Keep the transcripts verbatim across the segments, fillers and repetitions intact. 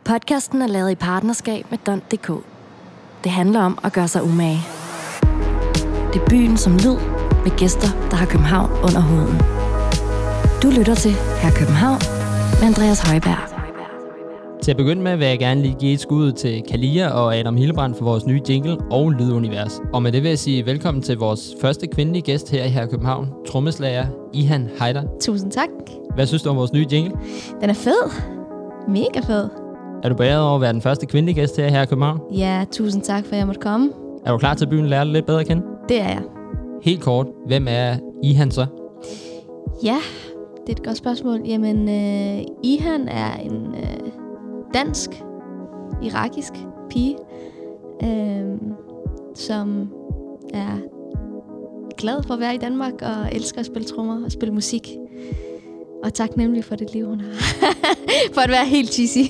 Podcasten er lavet i partnerskab med Don punktum d k. Det handler om at gøre sig umage. Det er byen som lyd, med gæster, der har København under huden. Du lytter til Her København med Andreas Højberg. Til at begynde med vil jeg gerne lige give et skud til Kalia og Adam Hillebrand for vores nye jingle og lydunivers. Og med det vil jeg sige velkommen til vores første kvindelige gæst her i Her København, trommeslager Ihan Heider. Tusind tak. Hvad synes du om vores nye jingle? Den er fed. Mega fed. Er du beæret over at være den første kvindelige gæst her i Her København? Ja, tusind tak for at jeg måtte komme. Er du klar til at byen lære dig lidt bedre at kende? Det er jeg. Helt kort, hvem er Ihan så? Ja, det er et godt spørgsmål. Jamen, øh, Ihan er en øh, dansk, irakisk pige, øh, som er glad for at være i Danmark og elsker at spille trommer og spille musik. Og tak nemlig for det liv, hun har. For at være helt cheesy.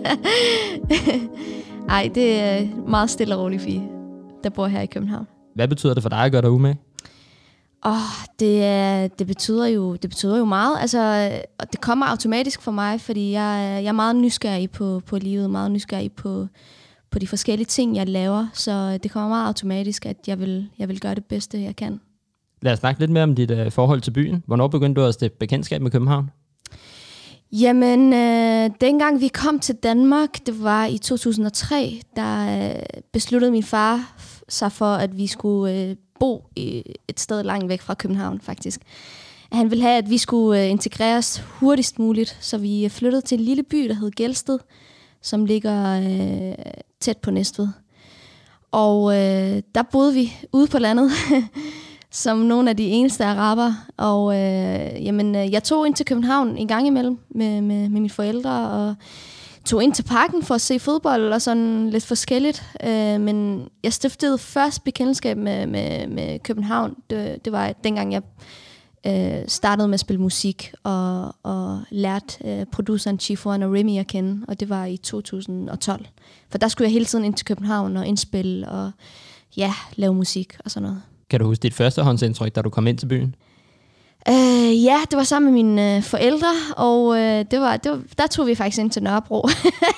Ej, det er en meget stille og rolig pige, der bor her i København. Hvad betyder det for dig at gøre dig umage? Åh, oh, det, er, det, betyder jo, det betyder jo meget. Altså, det kommer automatisk for mig, fordi jeg, jeg er meget nysgerrig på, på livet, meget nysgerrig på, på de forskellige ting, jeg laver. Så det kommer meget automatisk, at jeg vil, jeg vil gøre det bedste, jeg kan. Lad os snakke lidt mere om dit uh, forhold til byen. Hvornår begyndte du at stifte bekendtskab med København? Jamen, øh, dengang vi kom til Danmark, det var i to tusind og tre, der øh, besluttede min far sig for, at vi skulle øh, bo i et sted langt væk fra København, faktisk. Han ville have, at vi skulle øh, integreres hurtigst muligt, så vi flyttede til en lille by, der hed Gelsted, som ligger øh, tæt på Næstved. Og øh, der boede vi ude på landet, som nogle af de eneste araber. Og øh, jamen, jeg tog ind til København en gang imellem med, med, med mine forældre, og tog ind til parken for at se fodbold og sådan lidt forskelligt. Øh, men jeg stiftede først bekendtskab med, med, med København. Det, det var dengang, jeg øh, startede med at spille musik og, og lærte øh, produceren Chief One og Remy at kende. Og det var i to tusind og tolv. For der skulle jeg hele tiden ind til København og indspille og ja, lave musik og sådan noget. Kan du huske dit førstehåndsindtryk, da du kom ind til byen? Uh, ja, det var sammen med mine uh, forældre, og uh, det var, det var, der tog vi faktisk ind til Nørrebro.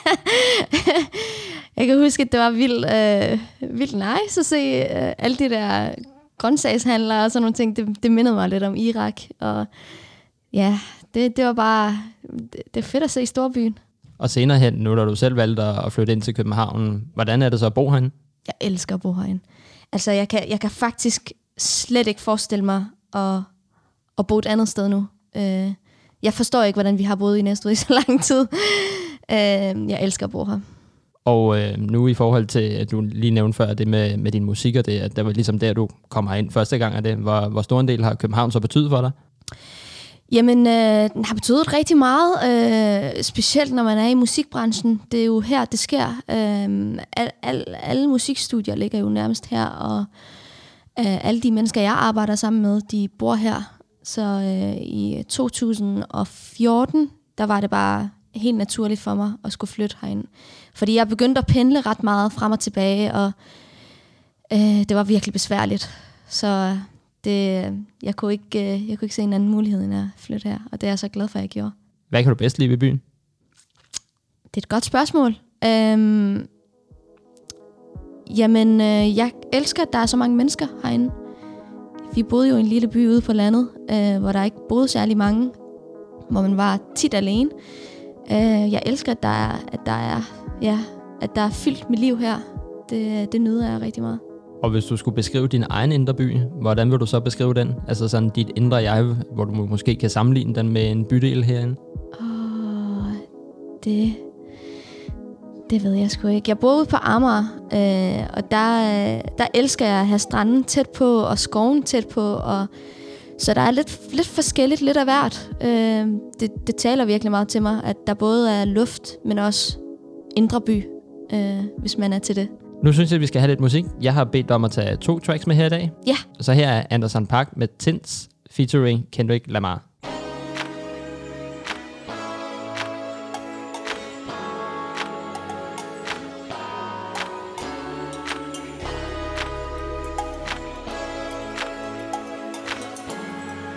Jeg kan huske, at det var vildt, uh, vildt nice at se uh, alle de der grøntsagshandlere og sådan nogle ting. Det, det mindede mig lidt om Irak, og ja, det, det var bare, det, det er fedt at se i storbyen. Og senere hen, nu da du selv valgte at flytte ind til København, hvordan er det så at bo herinde? Jeg elsker at bo herinde. Altså, jeg kan, jeg kan faktisk slet ikke forestille mig at, at bo et andet sted nu. Uh, jeg forstår ikke, hvordan vi har boet i Næstved i så lang tid. Uh, jeg elsker at bo her. Og øh, nu i forhold til, at du lige nævnte før det med, med din musik, og det, at det var ligesom der, du kom herind første gang af det. Hvor, hvor stor en del har København så betydet for dig? Jamen, øh, den har betydet rigtig meget, øh, specielt når man er i musikbranchen. Det er jo her, det sker. Øh, al, al, alle musikstudier ligger jo nærmest her, og øh, alle de mennesker, jeg arbejder sammen med, de bor her. Så øh, i to tusind og fjorten, der var det bare helt naturligt for mig at skulle flytte herind. Fordi jeg begyndte at pendle ret meget frem og tilbage, og øh, det var virkelig besværligt. Så det, jeg, kunne ikke, jeg kunne ikke se en anden mulighed end at flytte her, og det er jeg så glad for, at jeg gjorde. Hvad kan du bedst lide ved byen? Det er et godt spørgsmål. Øhm, jamen, øh, jeg elsker, at der er så mange mennesker herinde. Vi boede jo i en lille by ude på landet, øh, hvor der ikke boede særlig mange, hvor man var tit alene. Øh, jeg elsker, at der er, at der er, ja, at der er fyldt med liv her. Det, det nyder jeg rigtig meget. Og hvis du skulle beskrive din egen indre by, hvordan vil du så beskrive den? Altså sådan dit indre jeg, hvor du måske kan sammenligne den med en bydel herinde? Åh, det, det ved jeg sgu ikke. Jeg bor ude på Amager, øh, og der, der elsker jeg at have stranden tæt på, og skoven tæt på, og så der er lidt, lidt forskelligt, lidt af hvert. Øh, det, det taler virkelig meget til mig, at der både er luft, men også indre by, øh, hvis man er til det. Nu synes jeg, at vi skal have lidt musik. Jeg har bedt dig om at tage to tracks med her i dag. Ja. Så her er Anderson .Paak med Tins featuring Kendrick Lamar.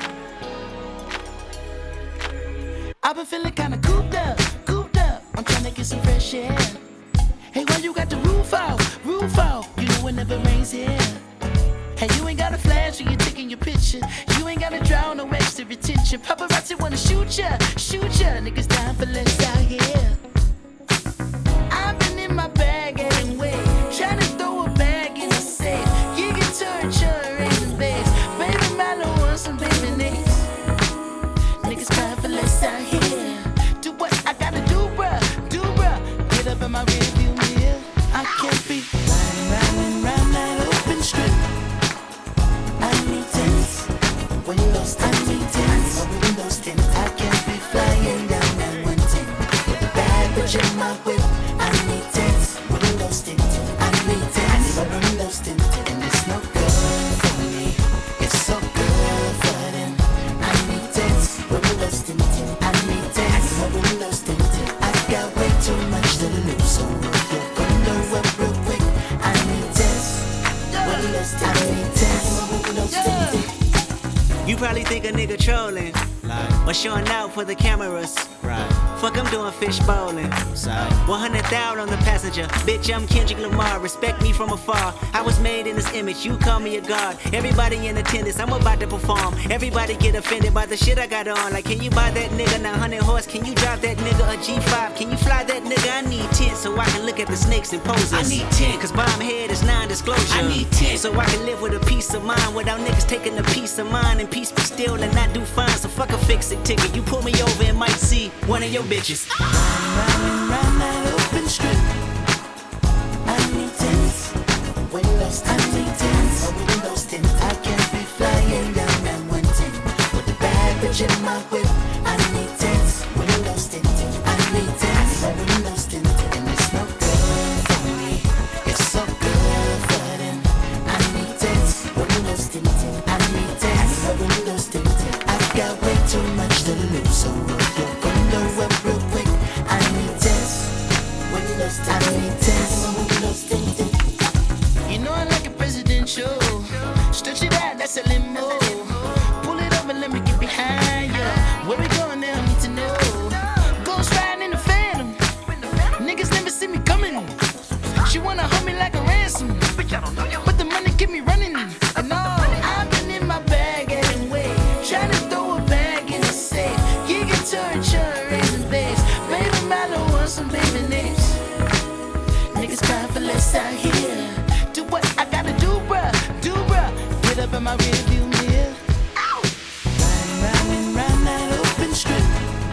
I've been feeling kinda cooped up, cooped up. I'm trying to get some fresh air. Hey, why you got the roof out, roof out? You know it never rains here. Hey, you ain't got a flash when you're taking your picture. You ain't got to draw no extra attention. Paparazzi wanna shoot ya, shoot ya. Niggas dying for less out here. I've been in my bag anyway, trying to throw a bag in the safe. You can turn your raisin bass. Baby, Milo wants some baby names. Niggas crying for less out here. Do what I gotta do, bruh, do bruh. Get up in my rearview mirror. I can't be riding, riding round that open strip. I need tents, windows, I need tents, windows tint. I can't be flying down that one ten with a bad bitch in my whip. I need tents, windows tint. I need tents, windows tint, and it's no good for me. It's so good for them. I need tents, windows tint. I need tents, windows tint. I've got way too much to lose, so roll your window up real quick. I need tents, windows tint. I need tents, windows tint. You probably think a nigga trolling, like, or showing out for the cameras. Right. Fuck, I'm doing fish bowling. Sorry. one hundred thousand on the passenger. Bitch, I'm Kendrick Lamar. Respect me from afar. I was made in this image. You call me a god. Everybody in attendance. I'm about to perform. Everybody get offended by the shit I got on. Like, can you buy that nigga nine hundred horse? Can you drive that nigga a G five? Can you fly that nigga? I need ten so I can look at the snakes and poses. I need ten cause bomb head is non-disclosure. I need ten so I can live with a peace of mind without niggas taking a piece of mine and peace be still and not do fine. So fuck a fix it ticket. You pull me over and might see one of your bitches. Riding round that open strip. I need tents, windows, I need tents, windows tint. I can't be flying down that one ten with a bad bitch in my whip. I need tents, windows tint. I need tents, windows tint, and it's no good for me. It's so good for them. I need tents, windows tint. I need tents, windows tint. I've got way too much to lose, so roll your window up real quick. I need tents, windows tint. I need tents, windows tint. You know I like a presidential. Stretch it out, that's a limo. Pull it up and let me get behind ya. Where we going now, I need to know. Ghost riding in the Phantom. Niggas never see me coming. She wanna hold me like a ransom, but the money keep me running. And all, I've been in my bag anyway, trying to throw a bag in the safe. You can turn your raisin bass. Baby, Milo wants some baby names. Niggas crying for less out here. Do what I gotta do, bruh, do bruh. Get up in my rearview mirror. Riding, riding round that open strip.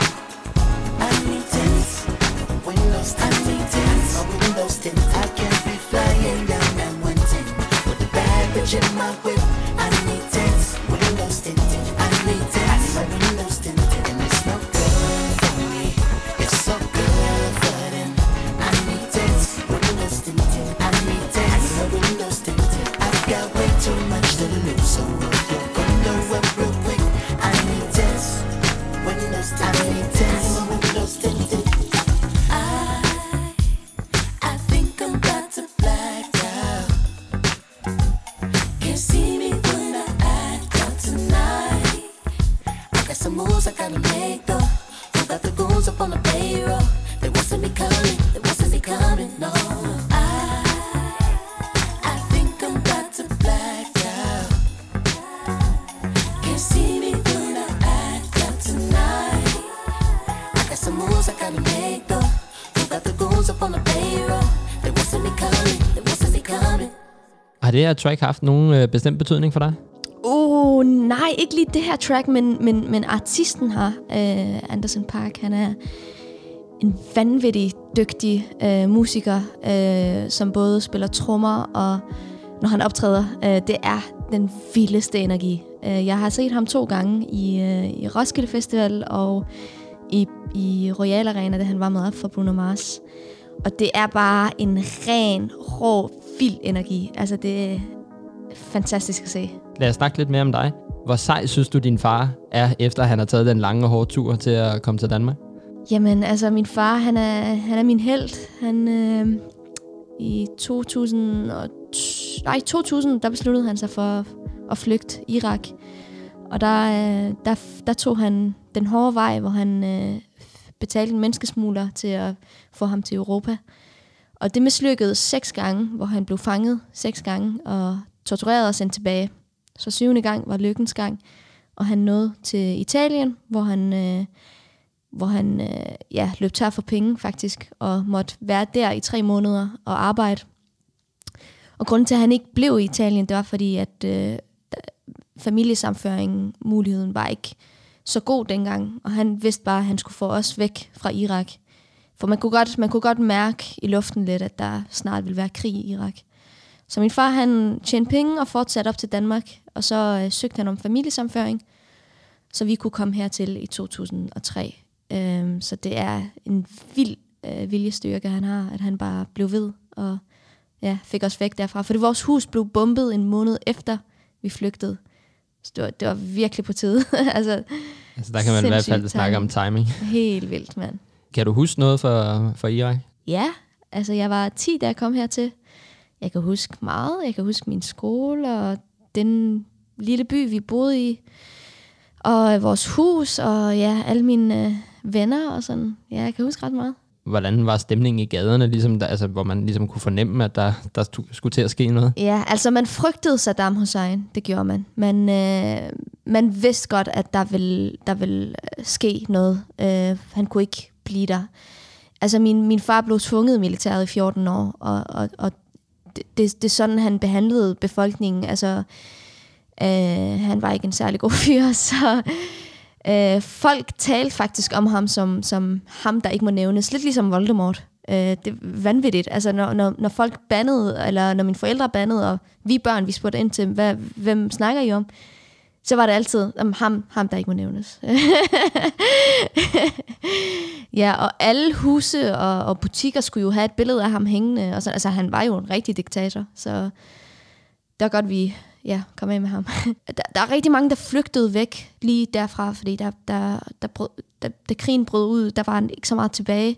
I need tents, windows, I need tents, windows tint. I can't be flying down that one ten with a bad bitch in my whip. I need tents, windows tint. I need tents, windows tint, and it's no good for me. It's so good for them. I need tents, windows tint. I need tents, windows tint. I've got way too much to lose, so roll your window up real quick. I need tents, windows tint. I need tents, windows tint. I, I think I'm about to black out. Can't see me when I act out tonight. I got some moves I gotta make though. Who got the goons up on the payroll? They wasn't me coming, they wasn't me coming, no. I, I think I'm about to black out. Can't see me when I act out tonight. I got some moves I gotta make though. Who got the goons up on the payroll? They wasn't me coming, they wasn't me coming. Har det her track haft nogen øh, bestemt betydning for dig? Oh, nej, ikke lige det her track, men, men, men artisten her, uh, Anderson .Paak, han er en vanvittig dygtig uh, musiker, uh, som både spiller trommer, og når han optræder, uh, det er den vildeste energi. Uh, jeg har set ham to gange i, uh, i Roskilde Festival og i, i Royal Arena, da han var med op for Bruno Mars. Og det er bare en ren, rå, vild energi. Altså, det er fantastisk at se. Lad os snakke lidt mere om dig. Hvor sej synes du, din far er, efter han har taget den lange og hårde tur til at komme til Danmark? Jamen, altså, min far, han er, han er min helt. Han, øh, i to tusind, og, nej, to tusind, der besluttede han sig for at flygte Irak. Og der, øh, der, der tog han den hårde vej, hvor han øh, betalte en menneskesmugler til at få ham til Europa. Og det mislykkedes seks gange, hvor han blev fanget seks gange og tortureret og sendt tilbage. Så syvende gang var lykkens gang, og han nåede til Italien, hvor han, øh, hvor han øh, ja, løb tør for penge faktisk, og måtte være der i tre måneder og arbejde. Og grunden til, at han ikke blev i Italien, det var fordi, at øh, familiesamføringen, muligheden var ikke så god dengang, og han vidste bare, at han skulle få os væk fra Irak. For man kunne godt, man kunne godt mærke i luften lidt, at der snart ville være krig i Irak. Så min far, han tjente penge og fortsatte op til Danmark, og så øh, søgte han om familiesamføring, så vi kunne komme hertil i to tusind og tre. Øhm, så det er en vild øh, viljestyrke, han har, at han bare blev ved og ja, fik os væk derfra. For det, vores hus blev bombet en måned efter, vi flygtede. Så det var, det var virkelig på tide. altså, altså, der kan man i hvert fald snakke om timing. Helt vildt, mand. Kan du huske noget fra, fra Irak? Ja, altså jeg var ti, da jeg kom hertil. Jeg kan huske meget. Jeg kan huske min skole og den lille by, vi boede i. Og vores hus og ja, alle mine øh, venner og sådan. Ja, jeg kan huske ret meget. Hvordan var stemningen i gaderne, ligesom der, altså, hvor man ligesom kunne fornemme, at der, der skulle til at ske noget? Ja, altså man frygtede Saddam Hussein, det gjorde man. Man, øh, man vidste godt, at der ville, der ville ske noget. Øh, han kunne ikke blive der. Altså min, min far blev tvunget i militæret i fjorten år, og, og, og det, det, det er sådan, han behandlede befolkningen. Altså, øh, han var ikke en særlig god fyr, så... Øh, folk talte faktisk om ham som, som ham, der ikke må nævnes. Lidt ligesom Voldemort. Øh, det er vanvittigt. Altså, når, når, når folk bandede, eller når mine forældre bandede, og vi børn, vi spurgte ind til, hvad, hvem snakker I om? Så var det altid om ham, ham, der ikke må nævnes. Ja, og alle huse og, og butikker skulle jo have et billede af ham hængende. Og så, altså, han var jo en rigtig diktator, så det var godt, vi... Ja, kom af med ham. der, der er rigtig mange, der flygtede væk lige derfra, fordi der, der, der, brød, der, da krigen brød ud, der var ikke så meget tilbage.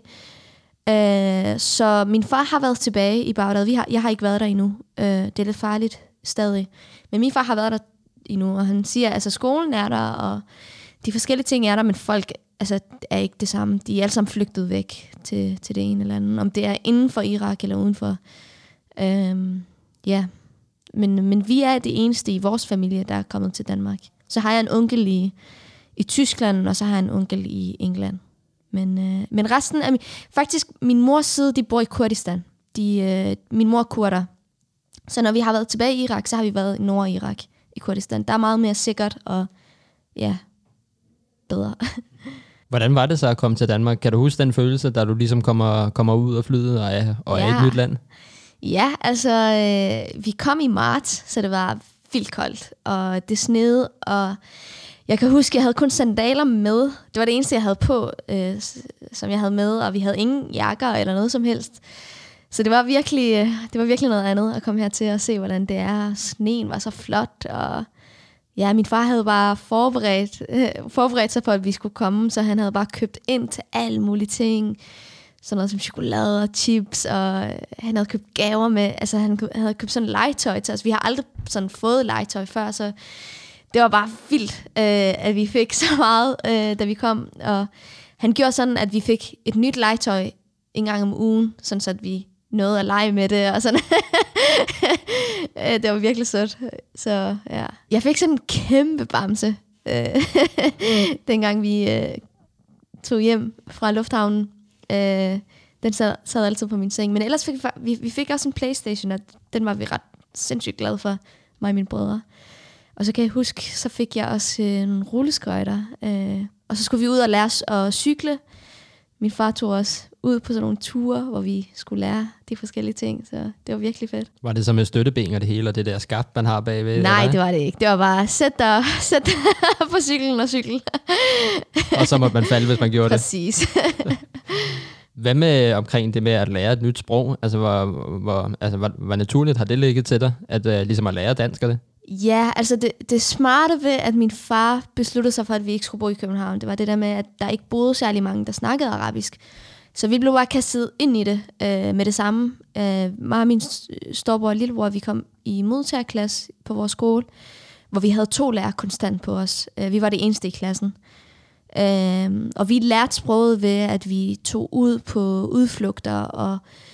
Uh, så min far har været tilbage i Bagdad. Vi har, jeg har ikke været der endnu. Uh, det er lidt farligt stadig. Men min far har været der endnu, og han siger, at altså, skolen er der, og de forskellige ting er der, men folk altså, er ikke det samme. De er alle sammen flygtet væk til, til det ene eller andet. Om det er inden for Irak eller udenfor. Uh, ja, yeah. Men, men vi er det eneste i vores familie, der er kommet til Danmark. Så har jeg en onkel i, i Tyskland, og så har jeg en onkel i England. Men, øh, men resten af min... Faktisk, min mors side, de bor i Kurdistan. De, øh, min mor er kurder. Så når vi har været tilbage i Irak, så har vi været i Nord-Irak, i Kurdistan. Der er meget mere sikkert og ja, bedre. Hvordan var det så at komme til Danmark? Kan du huske den følelse, da du ligesom kommer, kommer ud af flyet og er, og ja. er et nyt land? Ja, altså, øh, vi kom i marts, så det var vildt koldt, og det snede, og jeg kan huske, jeg havde kun sandaler med. Det var det eneste, jeg havde på, øh, som jeg havde med, og vi havde ingen jakker eller noget som helst. Så det var virkelig, øh, det var virkelig noget andet at komme hertil og se, hvordan det er. Sneen var så flot, og ja, min far havde bare forberedt, øh, forberedt sig på, at vi skulle komme, så han havde bare købt ind til alle mulige ting. Sådan noget som chokolade og chips, og han havde købt gaver med, altså han havde købt sådan legetøj til os. Vi har aldrig sådan fået legetøj før, så det var bare vildt, øh, at vi fik så meget, øh, da vi kom. Og han gjorde sådan, at vi fik et nyt legetøj en gang om ugen, sådan så at vi nåede at lege med det, og sådan. Det var virkelig sødt. Så ja. Jeg fik sådan en kæmpe bamse, øh, dengang vi øh, tog hjem fra lufthavnen. Øh, den sad, sad altid på min seng. Men ellers fik vi, vi fik også en PlayStation, og den var vi ret sindssygt glade for, mig og mine brødre. Og så kan jeg huske, så fik jeg også øh, en rulleskøjter. Øh, og så skulle vi ud og lære os at cykle. Min far tog os ud på sådan nogle ture, hvor vi skulle lære de forskellige ting. Så det var virkelig fedt. Var det så med støtteben og det hele, og det der skaft, man har bagved? Nej, eller? Det var det ikke. Det var bare, sæt dig, sæt dig på cyklen og cykle. Og så måtte man falde, hvis man gjorde Præcis. det. Præcis. Hvad med omkring det med at lære et nyt sprog? Altså, hvor, hvor, altså, hvor, hvor naturligt har det ligget til dig, at uh, ligesom at lære dansk det? Ja, altså det, det smarte ved, at min far besluttede sig for, at vi ikke skulle bo i København, det var det der med, at der ikke boede særlig mange, der snakkede arabisk. Så vi blev bare kastet ind i det øh, med det samme. Øh, mig og min storebror og lillebror, vi kom i modtagerklasse på vores skole, hvor vi havde to lærere konstant på os. Øh, vi var det eneste i klassen. Øhm, og vi lærte sproget ved, at vi tog ud på udflugter og,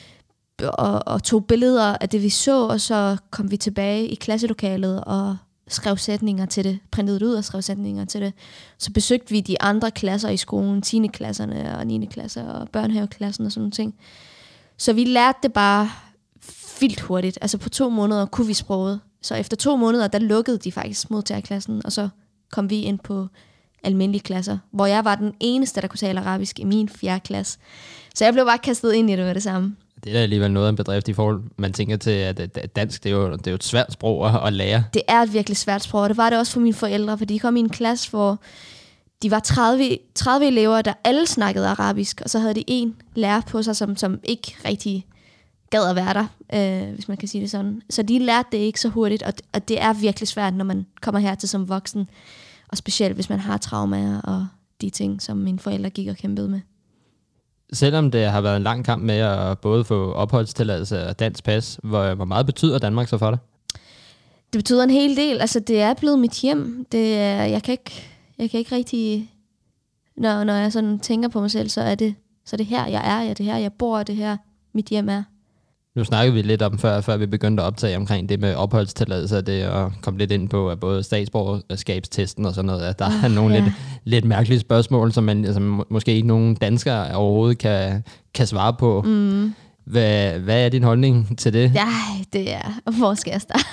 og, og tog billeder af det, vi så, og så kom vi tilbage i klasselokalet og skrev sætninger til det, printede det ud og skrev sætninger til det. Så besøgte vi de andre klasser i skolen, tiende klasserne og niende klasser og børnehaveklassen og sådan nogle ting. Så vi lærte det bare vildt hurtigt. Altså på to måneder kunne vi sproget. Så efter to måneder, der lukkede de faktisk modtagerklassen, og så kom vi ind på almindelige klasser, hvor jeg var den eneste, der kunne tale arabisk i min fjerde klasse. Så jeg blev bare kastet ind i det med det samme. Det er da alligevel noget af en bedrift i forhold, man tænker til, at dansk, det er jo, det er jo et svært sprog at lære. Det er et virkelig svært sprog, og det var det også for mine forældre, for de kom i en klasse, hvor de var tredive, tredive elever, der alle snakkede arabisk, og så havde de en lærer på sig, som, som ikke rigtig gad at være der, øh, hvis man kan sige det sådan. Så de lærte det ikke så hurtigt, og, og det er virkelig svært, når man kommer hertil som voksen, og specielt hvis man har traumer og de ting, som mine forældre gik og kæmpede med. Selvom det har været en lang kamp med at både få opholdstilladelse og dansk pas, hvor, hvor meget betyder Danmark så for dig? Det betyder en hel del. Altså, det er blevet mit hjem. Det er, jeg, kan ikke, jeg kan ikke rigtig... Når, når jeg sådan tænker på mig selv, så er det, så er det her, jeg er. Ja, det her, jeg bor, det her, mit hjem er. Nu snakkede vi lidt om før, før vi begyndte at optage omkring det med opholdstilladelse, det at komme lidt ind på at både statsborgerskabstesten og sådan noget, at der oh, er nogle ja. lidt, lidt mærkelige spørgsmål, som man altså, må, måske ikke nogen danskere overhovedet kan, kan svare på. Mm. Hvad, hvad er din holdning til det? Ja, det er... Hvor skal jeg starte?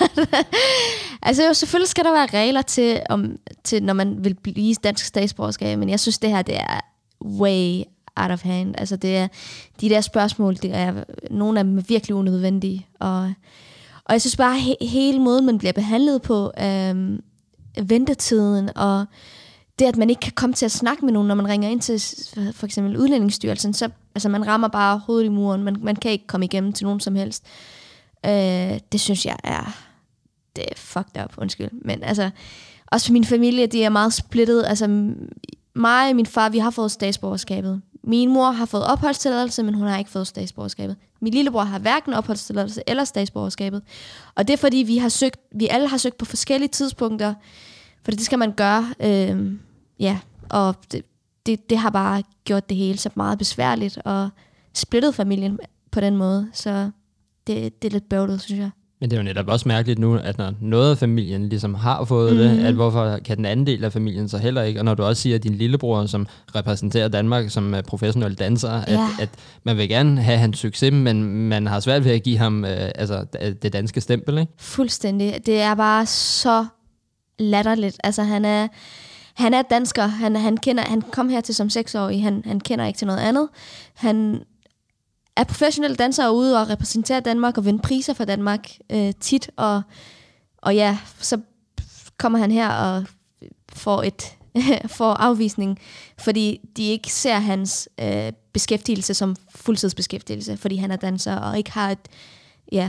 altså jo, selvfølgelig skal der være regler til, om, til, når man vil blive dansk statsborgerskab, men jeg synes, det her det er way out of hand. Altså det er, de der spørgsmål, det er, nogle af dem er virkelig unødvendige. Og, og jeg synes bare, he, hele måden, man bliver behandlet på, øhm, ventetiden, og det, at man ikke kan komme til at snakke med nogen, når man ringer ind til for eksempel Udlændingsstyrelsen, så altså, man rammer bare hovedet i muren. Man, man kan ikke komme igennem til nogen som helst. Øh, det synes jeg er, det er fucked up, undskyld. Men altså, også for min familie, de er meget splittet. Altså, mig og min far, vi har fået statsborgerskabet. Min mor har fået opholdstilladelse, men hun har ikke fået statsborgerskabet. Min lillebror har hverken opholdstilladelse eller statsborgerskabet. Og det er fordi, vi, har søgt, vi alle har søgt på forskellige tidspunkter, for det skal man gøre. Øh, ja, og det, det, det har bare gjort det hele så meget besværligt, og splittet familien på den måde. Så det, det er lidt bøvlet, synes jeg. Men det er jo netop også mærkeligt nu, at når noget af familien ligesom har fået mm. det, at hvorfor kan den anden del af familien så heller ikke? Og når du også siger, at din lillebror, som repræsenterer Danmark som professionel danser, ja. at, at man vil gerne have hans succes, men man har svært ved at give ham øh, altså, det danske stempel, ikke? Fuldstændig. Det er bare så latterligt. Altså han er, han er dansker. Han, han, kender, han kom her til som seksårig. Han, han kender ikke til noget andet. Han er professionel danser ude og repræsenterer Danmark og vinder priser for Danmark øh, tit. Og, og ja, så kommer han her og får, et, får afvisning, fordi de ikke ser hans øh, beskæftigelse som fuldtidsbeskæftigelse, fordi han er danser og ikke har et ja,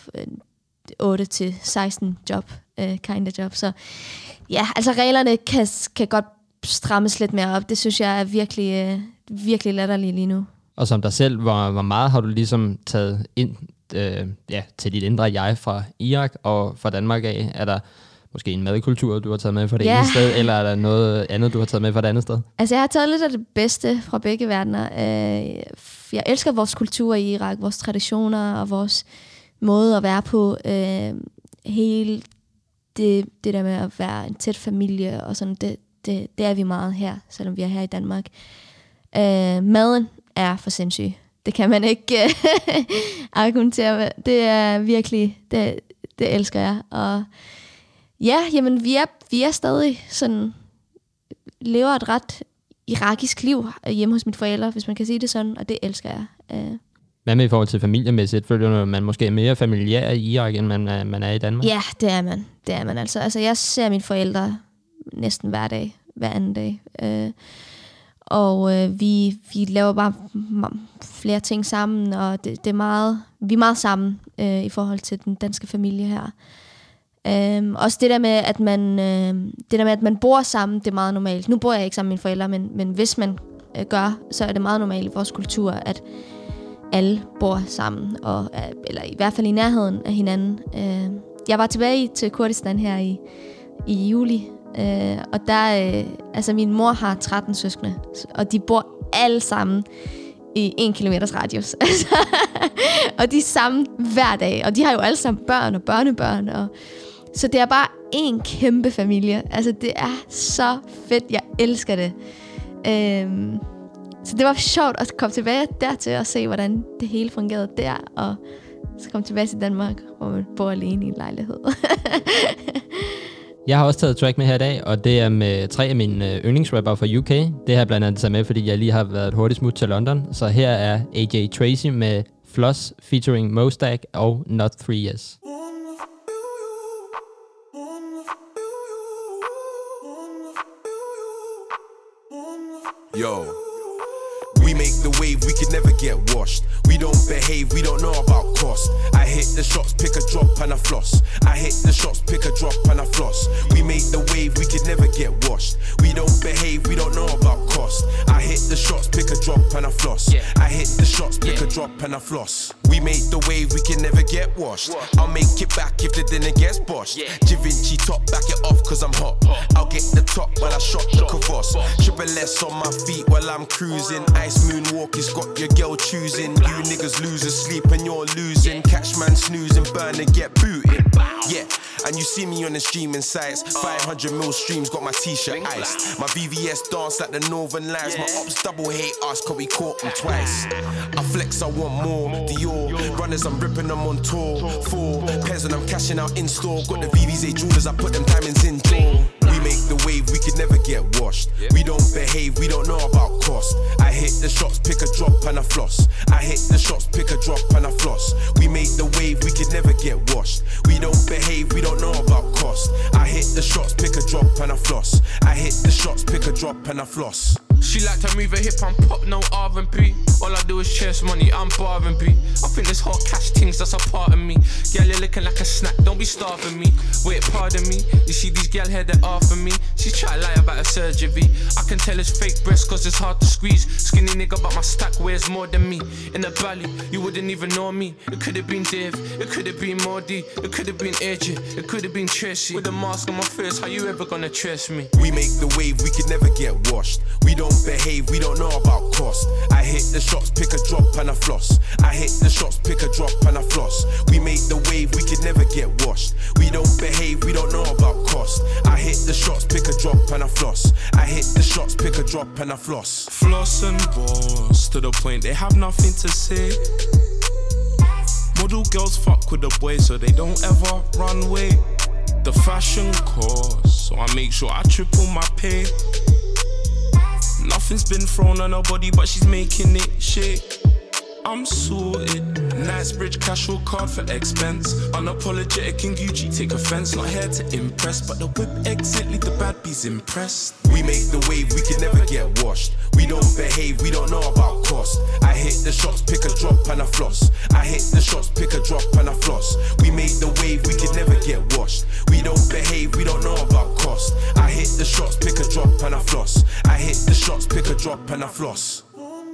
otte til seksten job, uh, kind of job. Så ja, altså reglerne kan, kan godt strammes lidt mere op. Det synes jeg er virkelig, uh, virkelig latterligt lige nu. Og som dig selv, hvor, hvor meget har du ligesom taget ind øh, ja, til dit indre jeg fra Irak og fra Danmark af? Er der måske en madkultur, du har taget med fra det yeah. ene sted, eller er der noget andet, du har taget med fra det andet sted? Altså jeg har taget lidt af det bedste fra begge verdener. Uh, jeg elsker vores kultur i Irak, vores traditioner og vores måde at være på, øh, hele det, det der med at være en tæt familie og sådan, det, det, det er vi meget her, selvom vi er her i Danmark. Øh, maden er for sindssyg. Det kan man ikke øh, argumentere med. Det er virkelig, det, det elsker jeg. Og ja, jamen vi er, vi er stadig sådan, lever et ret irakisk liv hjemme hos mine forældre, hvis man kan sige det sådan, og det elsker jeg. Øh. Hvad med i forhold til familiemæssigt? Føler man måske mere familiær i Irak, end man er, man er i Danmark? Ja, det er man. Det er man altså. Altså, jeg ser mine forældre næsten hver dag, hver anden dag. Øh, og øh, vi, vi laver bare flere ting sammen, og det, det er meget, vi er meget sammen øh, i forhold til den danske familie her. Øh, også det der med, at man, øh, det der med, at man bor sammen, det er meget normalt. Nu bor jeg ikke sammen med mine forældre, men, men hvis man øh, gør, så er det meget normalt i vores kultur, at alle bor sammen, og, eller i hvert fald i nærheden af hinanden. Jeg var tilbage til Kurdistan her i, i juli Øh, og der, øh, altså min mor har tretten søskende, og de bor alle sammen i en kilometers radius. Og de er sammen hver dag, og de har jo alle sammen børn og børnebørn. Og så det er bare en kæmpe familie. Altså, det er så fedt. Jeg elsker det. Øhm, så det var sjovt at komme tilbage dertil og se, hvordan det hele fungerede der. Og så komme tilbage til Danmark, hvor man bor alene i en lejlighed. Jeg har også taget track med her i dag, og det er med tre af mine yndlingsrapper fra U K. Det har jeg blandt andet taget med, fordi jeg lige har været et hurtigt smut til London. Så her er A J Tracey med Floss featuring Mostak og Not three Years. Yo, we make the wave, we could never get washed. We don't behave, we don't know about cost. I hit the shots, pick a drop and a floss. I hit the shots, pick a drop and a floss. We make the wave, we could never get washed. We don't behave, we don't know about cost. I hit the shots, pick a drop and a floss. I hit the shots, pick a drop and a floss. We make the wave, we can never get washed. I'll make it back if the dinner gets boshed. Givenchy top, back it off cause I'm hot. I'll get the top while I shot the kavos. Triple S on my feet while I'm cruising. Ice moonwalk has got your girl choosing. You niggas losers sleep and you're losing. Catch man snoozing, burn and get booted. Yeah, and you see me on the streaming sites. five hundred mil streams, got my t-shirt iced. My V V S dance like the Northern Lights. My ops double hate us cause we caught them twice. I flex, I want more. Dior, runners, I'm ripping them on tour. Four, pairs and I'm cashing out in store. Got the V V Z jewelers, I put them diamonds in door. We make the wave, we could never get washed. We don't behave, we don't know about cost. I hit the shots, pick a drop and a floss. I hit the shots, pick a drop and a floss. We make the wave, we could never get washed. We don't behave, we don't know about cost. I hit the shots, pick a drop and a floss. I hit the shots, pick a drop and a floss. She like to move her hip and pop, no R and B. All I do is chase money, I'm bar and B. I think this hot cash things, that's a part of me. Girl, you're looking like a snack, don't be starving me. Wait, pardon me, you see these girl here, they're after me. She try to lie about her surgery. I can tell it's fake breast cause it's hard to squeeze. Skinny nigga, but my stack weighs more than me. In the valley, you wouldn't even know me. It could have been Dave, it could have been Mordy. It could have been A J, it could have been Tracy. With a mask on my face, how you ever gonna trace me? We make the wave, we could never get washed. We don't behave, we don't know about cost. I hit the shots, pick a drop and a floss. I hit the shots, pick a drop and a floss. We make the wave, we could never get washed. We don't behave, we don't know about cost. I hit the shots, pick a drop and a floss. I hit the shots, pick a drop and a floss. Floss and boss, to the point they have nothing to say. Model girls fuck with the boys so they don't ever run away. The fashion course, so I make sure I triple my pay. Nothing's been thrown on her body, but she's making it shake. I'm sorted. Knightsbridge casual card for expense. Unapologetic in Gucci, take offense. Not here to impress, but the whip exit leave the bad bees impressed. We make the wave, we can never get washed. We don't behave, we don't know about cost. I hit the shots, pick a drop and a floss. I hit the shots, pick a drop and a floss. We make the wave, we can never get washed. We don't behave, we don't know about cost. I hit the shots, pick a drop and a floss. I hit the shots, pick a drop and a floss.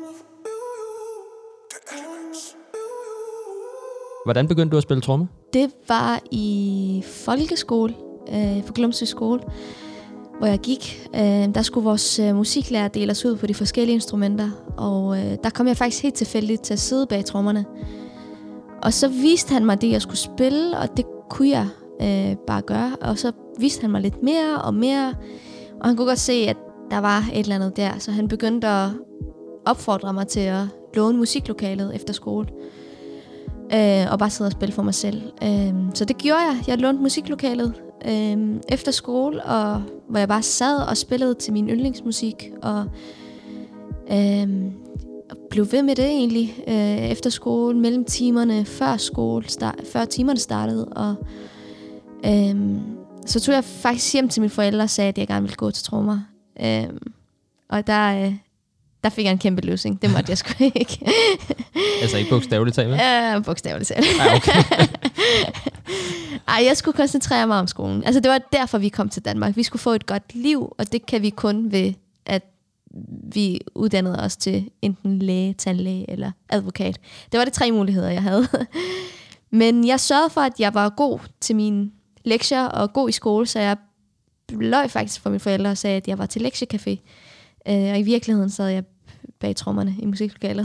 Hvordan begyndte du at spille tromme? Det var i folkeskole, øh, på Glumsø skole, hvor jeg gik. Øh, der skulle vores øh, musiklærer dele os ud på de forskellige instrumenter, og øh, der kom jeg faktisk helt tilfældigt til at sidde bag trommerne. Og så viste han mig det, jeg skulle spille, og det kunne jeg øh, bare gøre. Og så viste han mig lidt mere og mere, og han kunne godt se, at der var et eller andet der, så han begyndte at opfordre mig til at låne musiklokalet efter skole. Øh, og bare sidde og spille for mig selv. Øh, så det gjorde jeg. Jeg lånte musiklokalet øh, efter skole, og hvor jeg bare sad og spillede til min yndlingsmusik, og øh, blev ved med det egentlig øh, efter skole, mellem timerne, før skole, start, før timerne startede. Og øh, så tog jeg faktisk hjem til mine forældre og sagde, at jeg gerne ville gå til trommer. Øh, og der... Øh, Der fik jeg en kæmpe løsning. Det måtte jeg sgu ikke. Altså ikke bogstaveligt talt, hvad? Ja, bogstaveligt talt. Ah, okay. Ej, jeg skulle koncentrere mig om skolen. Altså, det var derfor, vi kom til Danmark. Vi skulle få et godt liv, og det kan vi kun ved, at vi uddannede os til enten læge, tandlæge eller advokat. Det var de tre muligheder, jeg havde. Men jeg sørgede for, at jeg var god til mine lektier og god i skole, så jeg løj faktisk for mine forældre og sagde, at jeg var til lektiecafé. Øh, og i virkeligheden sad jeg bag trommerne i musiklokalet.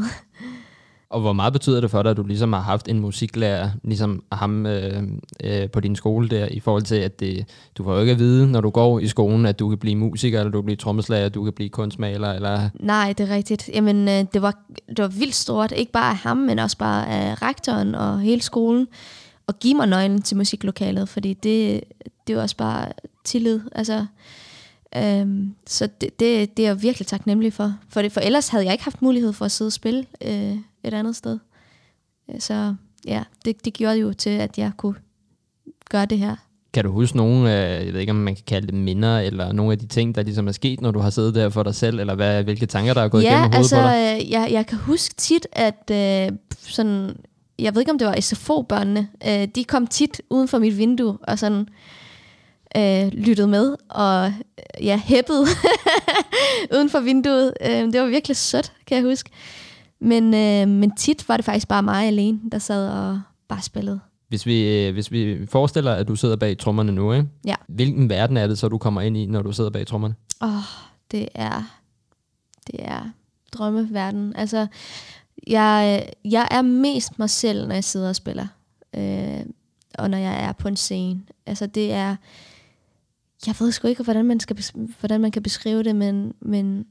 Og hvor meget betyder det for dig, at du ligesom har haft en musiklærer, ligesom ham øh, øh, på din skole der, i forhold til, at det, du får jo ikke at vide, når du går i skolen, at du kan blive musiker, eller du kan blive trommeslager, du kan blive kunstmaler, eller... Nej, det er rigtigt. Jamen, øh, det, var, det var vildt stort. Ikke bare af ham, men også bare af rektoren og hele skolen. Og give mig nøglen til musiklokalet, fordi det, det var også bare tillid. Altså, øhm, så det, det, det er jeg virkelig taknemmelig for. For, det, for ellers havde jeg ikke haft mulighed for at sidde og spille øh, et andet sted. Så ja, det, det gjorde jo til, at jeg kunne gøre det her. Kan du huske nogle, jeg ved ikke om man kan kalde det minder, eller nogle af de ting, der ligesom er sket, når du har siddet der for dig selv, eller hvad, hvilke tanker, der er gået ja, igennem hovedet altså, på dig? Ja, jeg, jeg kan huske tit, at øh, sådan... Jeg ved ikke, om det var S F O-børnene. Øh, de kom tit uden for mit vindue og sådan øh, lyttede med og ja, hæppede uden for vinduet. Øh, det var virkelig sødt, kan jeg huske. Men, øh, men tit var det faktisk bare mig alene, der sad og bare spillede. Hvis vi, hvis vi forestiller, at du sidder bag trommerne nu, ikke? Ja. Hvilken verden er det så, du kommer ind i, når du sidder bag trommerne? Åh, oh, det er, det er drømmeverden. Altså... Jeg, jeg er mest mig selv, når jeg sidder og spiller. Øh, og når jeg er på en scene. Altså det er... Jeg ved sgu ikke, hvordan man, skal, hvordan man kan beskrive det, men, men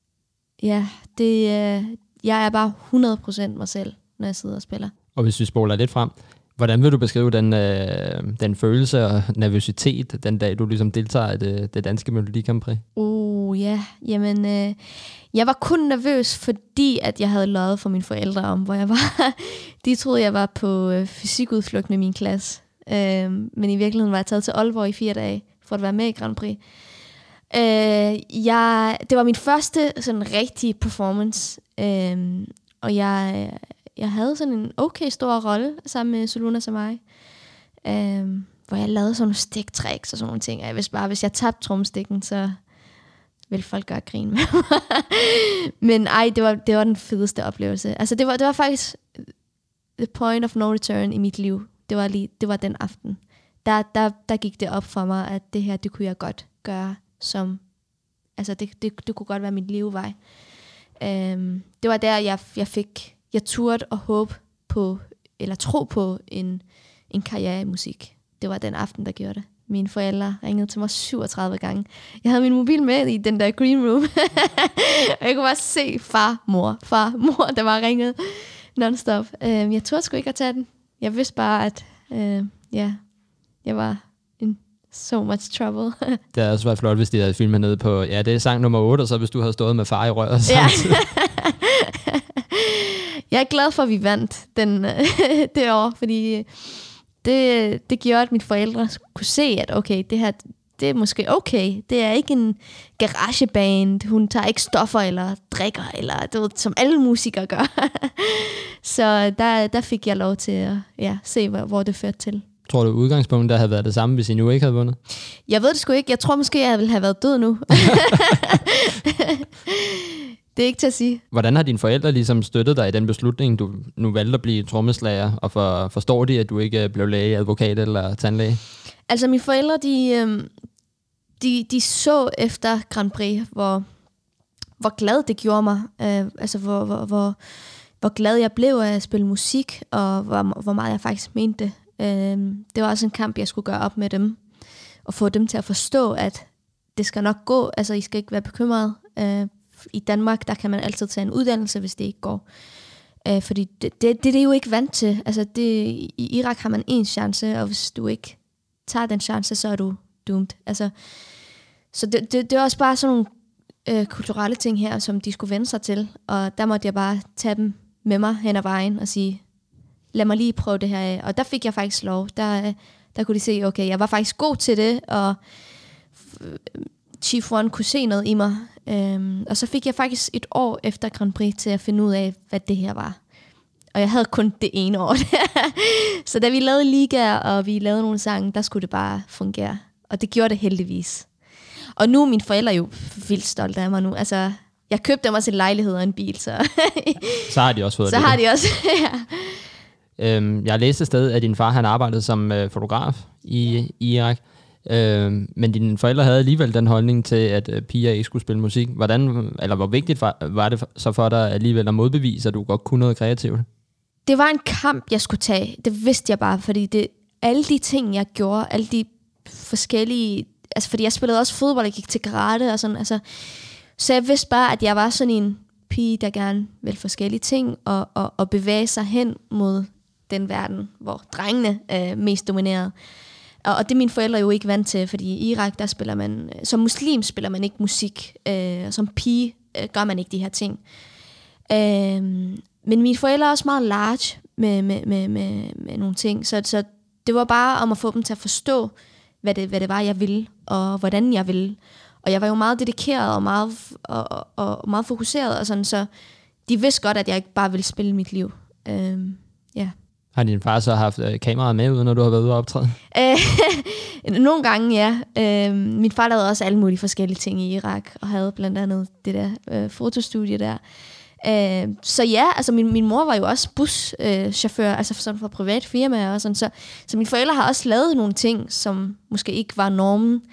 ja, det, øh, jeg er bare hundrede procent mig selv, når jeg sidder og spiller. Og hvis vi spoler lidt frem, hvordan vil du beskrive den, øh, den følelse og nervøsitet, den dag du ligesom deltager i det, det danske Melodi Grand Prix? Uh, ja, jamen... Øh, Jeg var kun nervøs, fordi at jeg havde løjet for mine forældre om, hvor jeg var. De troede, jeg var på øh, fysikudflugt med min klasse. Øh, men i virkeligheden var jeg taget til Aalborg i fire dage, for at være med i Grand Prix. Øh, jeg, det var min første sådan rigtige performance. Øh, og jeg, jeg havde sådan en okay stor rolle sammen med Soluna Samai. Øh, hvor jeg lavede sådan nogle stiktricks og sådan nogle ting. Og jeg vidste bare, hvis jeg tabte trommestikken, så... vil folk gøre grin med mig. Men ej, det var, det var den fedeste oplevelse. Altså, det var, det var faktisk the point of no return i mit liv. Det var, lige, det var den aften. Der, der, der gik det op for mig, at det her, det kunne jeg godt gøre som... Altså, det, det, det kunne godt være mit livvej. Um, det var der, jeg, jeg fik... Jeg turde og håbe på, eller tro på en, en karriere i musik. Det var den aften, der gjorde det. Mine forældre ringede til mig syvogtredive gange. Jeg havde min mobil med i den der green room. Og jeg kunne bare se far, mor, far, mor, der var ringet non-stop. Uh, jeg turde sgu ikke at tage den. Jeg vidste bare, at uh, ja, jeg var in so much trouble. Det havde også været flot, hvis de havde filmet ned på, ja, det er sang nummer otte, og så hvis du havde stået med far i røret samtidig. Ja. Jeg er glad for, at vi vandt den, det år, fordi... Det, det gjorde, at mine forældre kunne se, at okay, det her, det er måske okay. Det er ikke en garageband. Hun tager ikke stoffer eller drikker, eller det ved, som alle musikere gør. Så der, der fik jeg lov til at ja, se, hvor, hvor det førte til. Tror du, udgangspunktet der havde været det samme, hvis I nu ikke havde vundet? Jeg ved det sgu ikke. Jeg tror måske, jeg ville have været død nu. Det er ikke til at sige. Hvordan har dine forældre ligesom støttet dig i den beslutning, du nu valgte at blive trommeslager, og for, forstår de, at du ikke blev læge, advokat eller tandlæge? Altså mine forældre, de, de, de så efter Grand Prix, hvor, hvor glad det gjorde mig. Uh, altså hvor, hvor, hvor, hvor glad jeg blev af at spille musik, og hvor, hvor meget jeg faktisk mente det. Uh, det var også en kamp, jeg skulle gøre op med dem, og få dem til at forstå, at det skal nok gå. Altså I skal ikke være bekymret. Uh, I Danmark, der kan man altid tage en uddannelse, hvis det ikke går. Uh, fordi det, det, det er jo ikke vant til. Altså det, i Irak har man én chance, og hvis du ikke tager den chance, så er du doomed. Altså, så det, det, det er også bare sådan nogle øh, kulturelle ting her, som de skulle vende sig til. Og der måtte jeg bare tage dem med mig hen ad vejen og sige, lad mig lige prøve det her af. Og der fik jeg faktisk lov. Der, der kunne de se, okay, jeg var faktisk god til det, og Chief One kunne se noget i mig. Um, og så fik jeg faktisk et år efter Grand Prix til at finde ud af, hvad det her var. Og jeg havde kun det ene år. Så da vi lavede ligaer, og vi lavede nogle sange, der skulle det bare fungere. Og det gjorde det heldigvis. Og nu er mine forældre jo vildt stolte af mig nu. Altså, jeg købte dem også en lejlighed og en bil. Så, så har de også fået så det. Så har de også, ja. Øhm, jeg læste et sted, at din far han arbejdede som øh, fotograf i, i Irak. Øh, men dine forældre havde alligevel den holdning til, at øh, piger ikke skulle spille musik. Hvordan, eller hvor vigtigt var, var det så for dig alligevel at modbevise, at du godt kunne noget kreativt? Det var en kamp, jeg skulle tage. Det vidste jeg bare, fordi det, alle de ting, jeg gjorde, alle de forskellige... Altså, fordi jeg spillede også fodbold, jeg gik til karate og sådan, altså... Så jeg vidste bare, at jeg var sådan en pige, der gerne ville forskellige ting, og, og, og bevæge sig hen mod den verden, hvor drengene er mest dominerede. Og, og det er mine forældre jo ikke vant til, fordi i Irak, der spiller man... Som muslim spiller man ikke musik, øh, og som pige øh, gør man ikke de her ting. Øh, men mine forældre er også meget large med, med, med, med, med nogle ting, så, så det var bare om at få dem til at forstå, hvad det, hvad det var, jeg ville, og hvordan jeg ville. Og jeg var jo meget dedikeret og meget, og, og, og meget fokuseret, og sådan, så de vidste godt, at jeg ikke bare ville spille mit liv. Øhm, ja. Har din far så haft øh, kameraet med ude, når du har været ude og optræde? Nogle gange, ja. Øhm, min far lavede også alle mulige forskellige ting i Irak, og havde blandt andet det der øh, fotostudie der. Øh, så ja, altså min, min mor var jo også buschauffør, øh, altså sådan for privat firma og sådan, så, så mine forældre har også lavet nogle ting, som måske ikke var normen.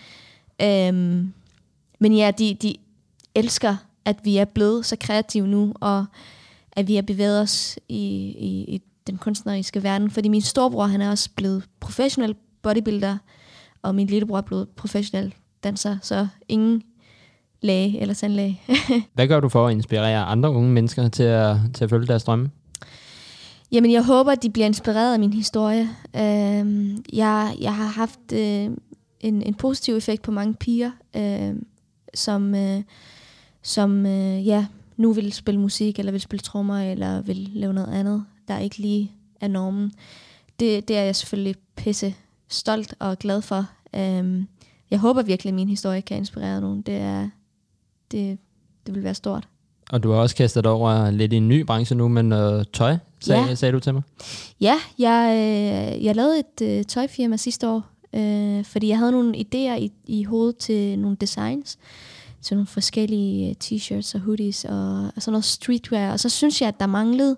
Øh, men ja, de, de elsker, at vi er blevet så kreative nu, og at vi har bevæget os i, i, i den kunstneriske verden, fordi min storebror, han er også blevet professionel bodybuilder, og min lillebror er blevet professionel danser, så ingen læge eller tandlæge. Hvad gør du for at inspirere andre unge mennesker til at, til at følge deres drømme? Jamen, jeg håber, at de bliver inspireret af min historie. Uh, jeg, jeg har haft uh, en, en positiv effekt på mange piger, uh, som, uh, som uh, ja, nu vil spille musik, eller vil spille trommer, eller vil lave noget andet, der ikke lige er normen. Det, det er jeg selvfølgelig pisse stolt og glad for. Uh, jeg håber virkelig, at min historie kan inspirere nogen. Det er Det, det vil være stort. Og du har også kastet over lidt i en ny branche nu, med noget tøj, sag, ja. sagde du til mig? Ja, jeg, øh, jeg lavede et øh, tøjfirma sidste år, øh, fordi jeg havde nogle idéer i, i hovedet til nogle designs, til nogle forskellige t-shirts og hoodies og, og sådan noget streetwear. Og så synes jeg, at der manglede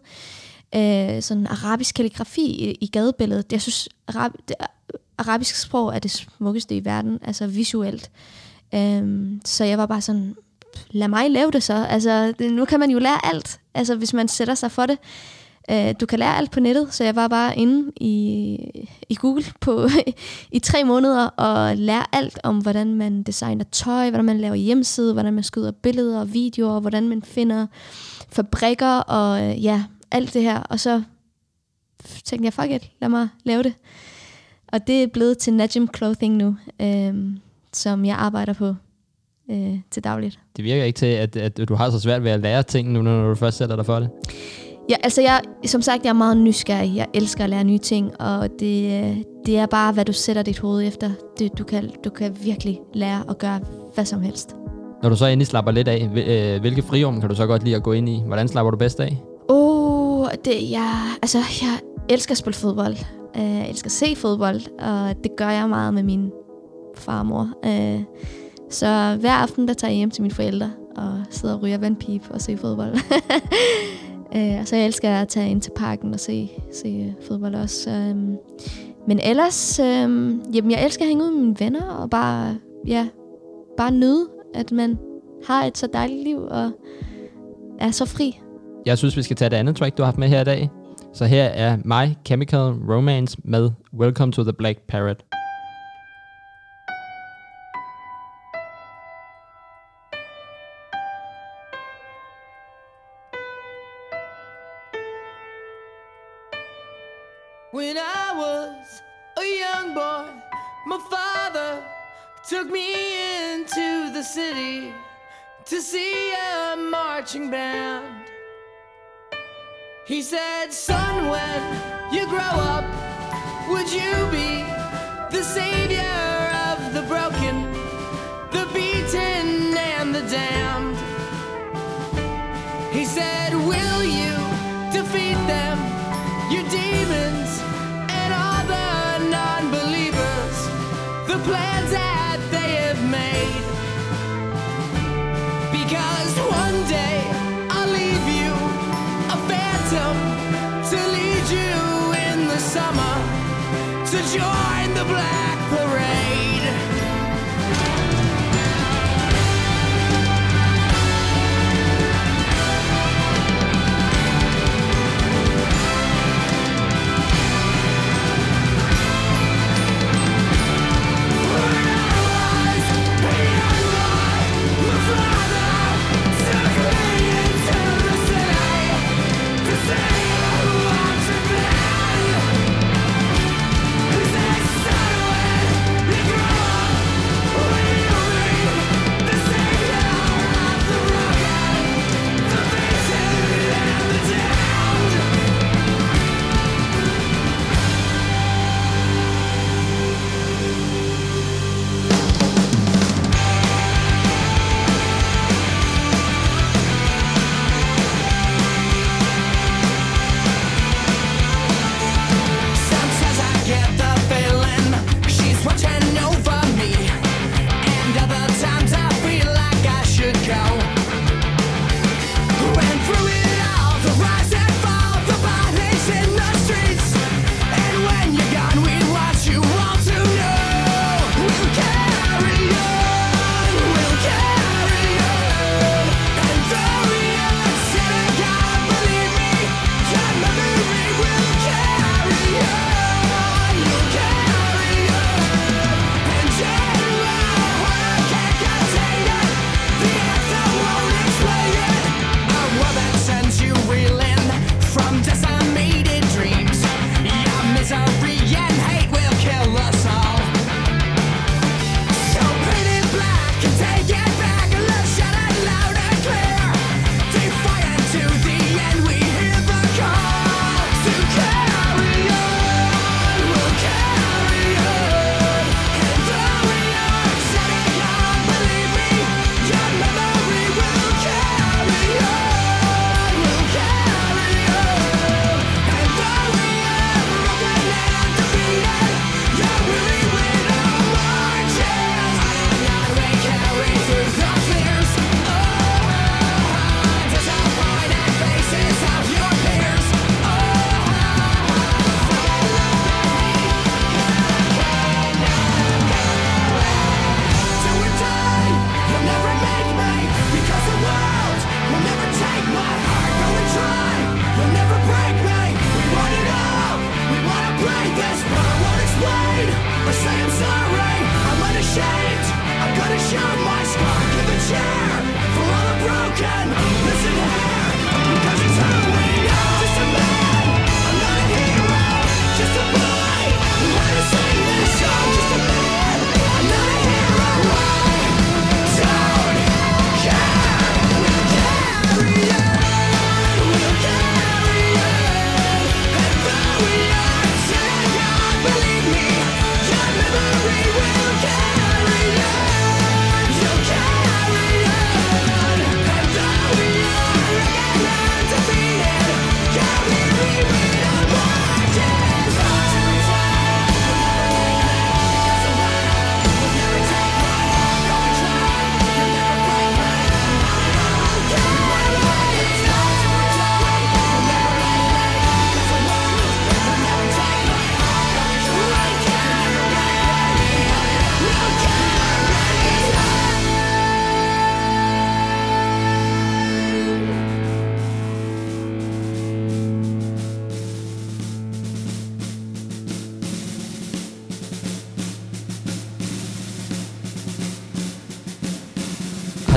øh, sådan arabisk kalligrafi i, i gadebilledet. Jeg synes, arab, det, arabisk sprog er det smukkeste i verden, altså visuelt. Um, så jeg var bare sådan, lad mig lave det så. Altså, det, nu kan man jo lære alt, altså hvis man sætter sig for det. Uh, du kan lære alt på nettet, så jeg var bare inde i, i Google på i tre måneder og lære alt om, hvordan man designer tøj, hvordan man laver hjemmeside, hvordan man skyder billeder og videoer, hvordan man finder fabrikker og uh, ja, alt det her. Og så tænkte jeg, fuck it, lad mig lave det. Og det er blevet til Najim Clothing nu. Um, som jeg arbejder på øh, til dagligt. Det virker ikke til, at, at du har så svært ved at lære ting nu, når du først sætter dig for det. Ja, altså jeg, som sagt, jeg er meget nysgerrig. Jeg elsker at lære nye ting, og det, det er bare, hvad du sætter dit hoved efter. Det, du, kan, du kan virkelig lære at gøre hvad som helst. Når du så endelig slapper lidt af, hvilke frirum kan du så godt lide at gå ind i? Hvordan slapper du bedst af? Åh, oh, det jeg, altså jeg elsker at spille fodbold. Jeg elsker at se fodbold, og det gør jeg meget med min far og mor. Øh, så hver aften, der tager jeg hjem til mine forældre og sidder og ryger vandpip og ser fodbold. øh, så jeg elsker at tage ind til parken og se, se fodbold også. Øh, men ellers, øh, jamen, jeg elsker at hænge ud med mine venner og bare, ja, bare nyde, at man har et så dejligt liv og er så fri. Jeg synes, vi skal tage det andet track, du har haft med her i dag. Så her er My Chemical Romance med Welcome to the Black Parrot. When I was a young boy, my father took me into the city to see a marching band. He said, son, when you grow up, would you be the savior of the broken, the beaten and the damned? He said, will you defeat them, your demons and all the non-believers, the plans that they have made? Because one day I'll leave you a phantom to lead you in the summer to join the Black Parade.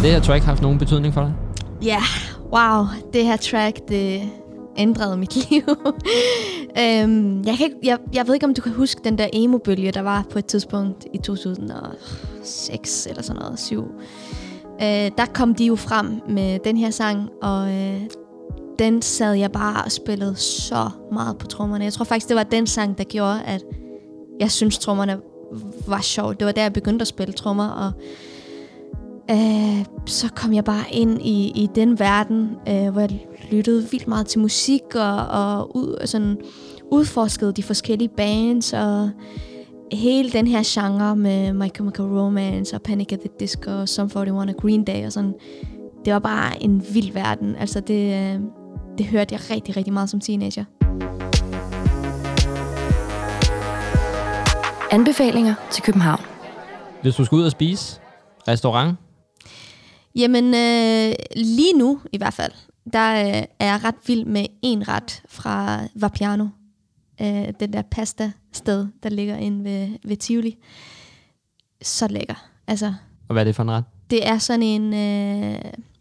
det her track haft nogen betydning for dig? Ja, yeah, wow. Det her track, det ændrede mit liv. øhm, jeg, kan ikke, jeg, jeg ved ikke, om du kan huske den der emo-bølge, der var på et tidspunkt i to tusind og seks eller sådan noget, syv. Øh, der kom de jo frem med den her sang, og øh, den sad jeg bare og spillede så meget på trommerne. Jeg tror faktisk, det var den sang, der gjorde, at jeg synes trommerne var sjovt. Det var der, jeg begyndte at spille trommer, og øh, så kom jeg bare ind i, i den verden, øh, hvor jeg lyttede vildt meget til musik, og, og ud, sådan, udforskede de forskellige bands, og hele den her genre med My Chemical Romance, og Panic at the Disco, og Sum forty-one og Green Day, og sådan. Det var bare en vild verden. Altså, det, øh, det hørte jeg rigtig, rigtig meget som teenager. Anbefalinger til København. Hvis du skal ud og spise, restaurant? Jamen, øh, lige nu i hvert fald, der øh, er jeg ret vild med en ret fra Vapiano. Øh, den der pasta-sted, der ligger inde ved, ved Tivoli. Så lækker. Altså, og hvad er det for en ret? Det er sådan en... Øh,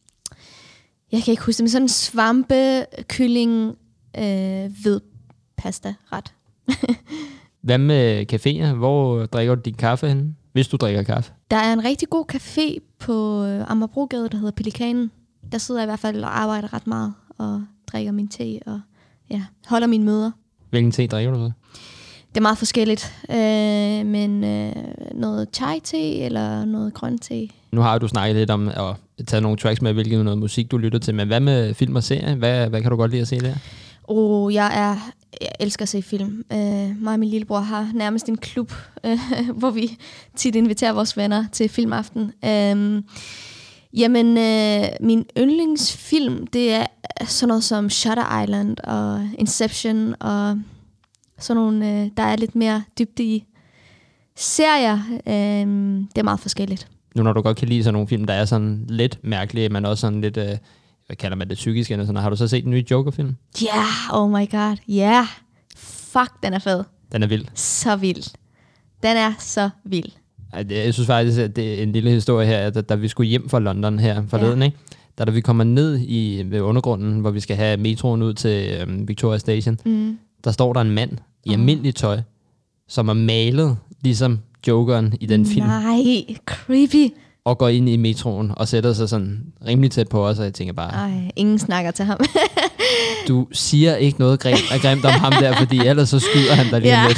jeg kan ikke huske det, men sådan en svampe-kylling øh, ved pasta-ret. Hvad med caféer? Hvor drikker du din kaffe henne? Hvis du drikker kaffe. Der er en rigtig god café på Amagerbrogade, der hedder Pelikanen. Der sidder jeg i hvert fald og arbejder ret meget og drikker min te og ja, holder mine møder. Hvilken te drikker du så? Det er meget forskelligt, øh, men øh, noget chai-te eller noget grøn te. Nu har du snakket lidt om at tage nogle tracks med, hvilken noget musik du lytter til, men hvad med film og serie? Hvad, hvad kan du godt lide at se der? Oh, jeg er jeg elsker at se film. Uh, mig og min lillebror har nærmest en klub, uh, hvor vi tit inviterer vores venner til filmaften. Uh, jamen, uh, min yndlingsfilm, det er sådan noget som Shutter Island og Inception og sådan nogle, uh, der er lidt mere dybde i. Serier, uh, det er meget forskelligt. Nu når du godt kan lide sådan nogle film, der er sådan lidt mærkelige, men også sådan lidt... Uh hvad kalder man det, psykisk eller sådan. Har du så set den nye Joker-film? Ja, yeah, oh my god. Ja, yeah. Fuck, den er fed. Den er vild. Så vild. Den er så vild. Jeg synes faktisk, at det er en lille historie her, at da vi skulle hjem fra London her forleden, ja. Ikke? Da, da vi kommer ned i ved undergrunden, hvor vi skal have metroen ud til øhm, Victoria Station, mm. der står der en mand i oh. almindelig tøj, som er malet ligesom Jokeren i den film. Nej, creepy. Og går ind i metroen og sætter sig sådan rimelig tæt på os, og jeg tænker bare... Ej, ingen snakker til ham. Du siger ikke noget grimt, grimt om ham der, fordi ellers så skyder han dig lige ja. lidt.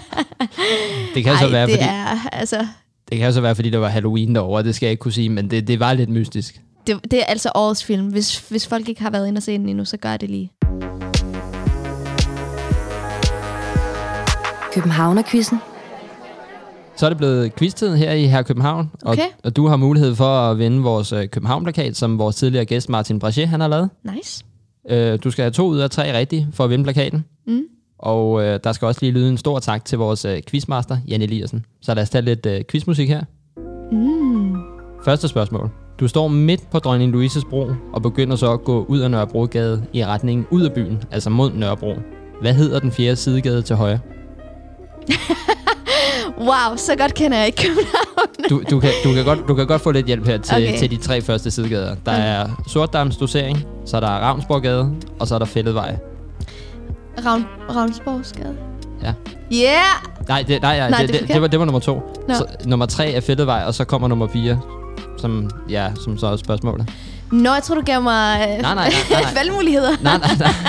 Det kan Ej, så være, det fordi... Er, altså... Det kan så være, fordi der var Halloween derovre, det skal jeg ikke kunne sige, men det, det var lidt mystisk. Det, det er altså årets film. Hvis, hvis folk ikke har været inde og se den endnu, så gør det lige. Københavner-quizzen. Så er det blevet quiz-tid her i Her København, okay. og, og du har mulighed for at vinde vores øh, København-plakat, som vores tidligere gæst Martin Brachet, han har lavet. Nice. Øh, du skal have to ud af tre rigtige for at vinde plakaten. Mm. Og øh, der skal også lige lyde en stor tak til vores øh, quizmaster, Jan Eliassen. Så lad os tage lidt øh, quizmusik her. Mm. Første spørgsmål. Du står midt på Dronning Louises Bro og begynder så at gå ud af Nørrebrogade i retningen ud af byen, altså mod Nørrebro. Hvad hedder den fjerde sidegade til højre? Wow, så godt kender jeg ikke København. du, du, kan, du, kan godt, du kan godt få lidt hjælp her til, okay. til de tre første sidegader. Der okay. er Sortdams Dosering, så er der Ravnsborggade, og så er der Fælledvej. Ravn, Ravnsborgsgade? Ja. Yeah! Nej, det, nej, ja, nej det, det, det, det, var, det var nummer to. No. Så, nummer tre er Fælledvej, og så kommer nummer fire, som, ja, som så er spørgsmålet. Nå, jeg tror du gav mig nej, nej, nej, nej, nej. valgmuligheder. Nej, nej, nej.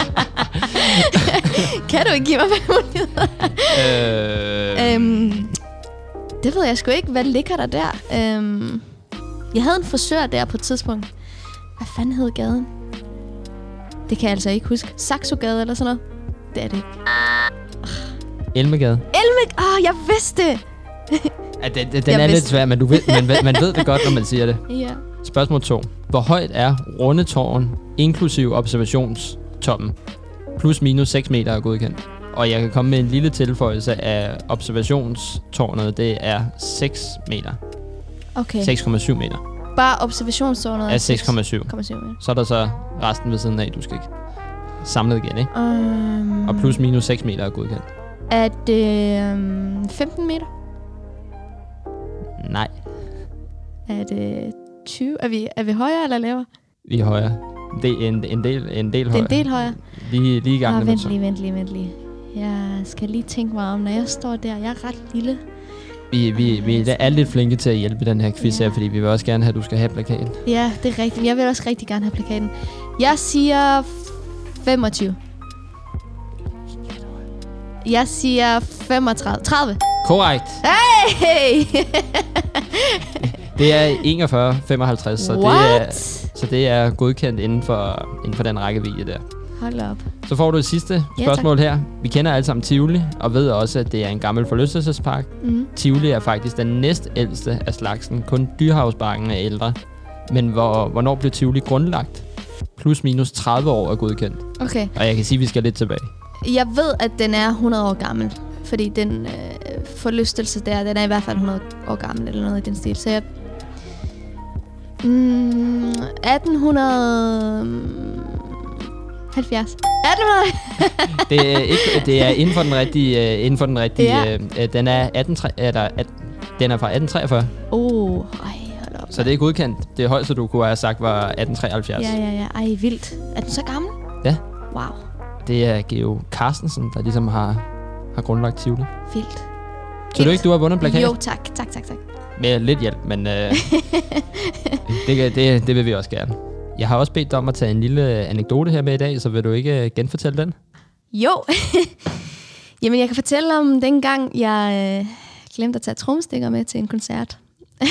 Kan du ikke give mig valgmuligheder? øh... øhm, det ved jeg sgu ikke. Hvad ligger der der? Øhm, jeg havde en frisør der på et tidspunkt. Hvad fanden hed gaden? Det kan jeg altså ikke huske. Saxogade eller sådan noget? Det er det ikke. Elmegade. Elmegade? Åh, oh, jeg vidste det! ja, den den, den er lidt svær, men du ved, man, man ved det godt, når man siger det. Ja. Spørgsmål to. Hvor højt er Rundetårn, inklusiv observationstoppen? Plus minus seks meter er godkendt. Og jeg kan komme med en lille tilføjelse af observationstårnet. Det er seks meter. Okay. seks komma syv meter. Bare observationstårnet er seks komma syv. meter. Så er der så resten ved siden af, du skal ikke samlet igen, ikke? Um, og plus minus seks meter er godkendt. Er det um, femten meter? Nej. Er det tyve. Er vi, er vi højere eller lavere? Vi er højere. Det er en, en, del, en del højere. Det er en del højere. Lige, lige i gang. Ah, vent lige, vent lige, vent lige. Jeg skal lige tænke mig om, når jeg står der. Jeg er ret lille. Vi, vi, vi er lidt flinke til at hjælpe den her quiz ja. her, fordi vi vil også gerne have, at du skal have plakaten. Ja, det er rigtigt. Jeg vil også rigtig gerne have plakaten. Jeg siger femogtyve. Jeg siger femogtredive. tredive. Korrekt. Hey! Det er enogfyrre femoghalvtreds, så What? det er, så det er godkendt inden for, inden for den rækkevidde der. Hold op. Så får du et sidste spørgsmål ja, her. Vi kender alle sammen Tivoli, og ved også, at det er en gammel forlystelsespark. Mm. Tivoli er faktisk den næstældste af slagsen. Kun Dyrehavsparken er ældre. Men hvor, hvornår blev Tivoli grundlagt? Plus minus tredive år er godkendt. Okay. Og jeg kan sige, at vi skal lidt tilbage. Jeg ved, at den er hundrede år gammel. Fordi den øh, forlystelse der, den er i hvert fald hundrede år gammel, eller noget i den stil. Så jeg... Mm, atten halvfjerds. atten hundrede det, er ikke, det er inden for den rigtige... Uh, inden for den rigtige ja. uh, den er atten er der, at, den er fra atten treogfyrre. Oh, ej, hold op. Så det er godkendt. Det højeste, du kunne have sagt, var atten treoghalvfjerds. Ja, ja, ja. Ej, vildt. Er den så gammel? Ja. Wow. Det er Geo Carstensen, der ligesom har, har grundlagt Tivoli. Vildt. Så du ikke, du har vundet plakat? Jo, tak. Tak, tak, tak. Med lidt hjælp, men øh, det, det, det vil vi også gerne. Jeg har også bedt dig om at tage en lille anekdote her med i dag, så vil du ikke genfortælle den? Jo. Jamen, jeg kan fortælle om dengang, jeg øh, glemte at tage trommestikker med til en koncert.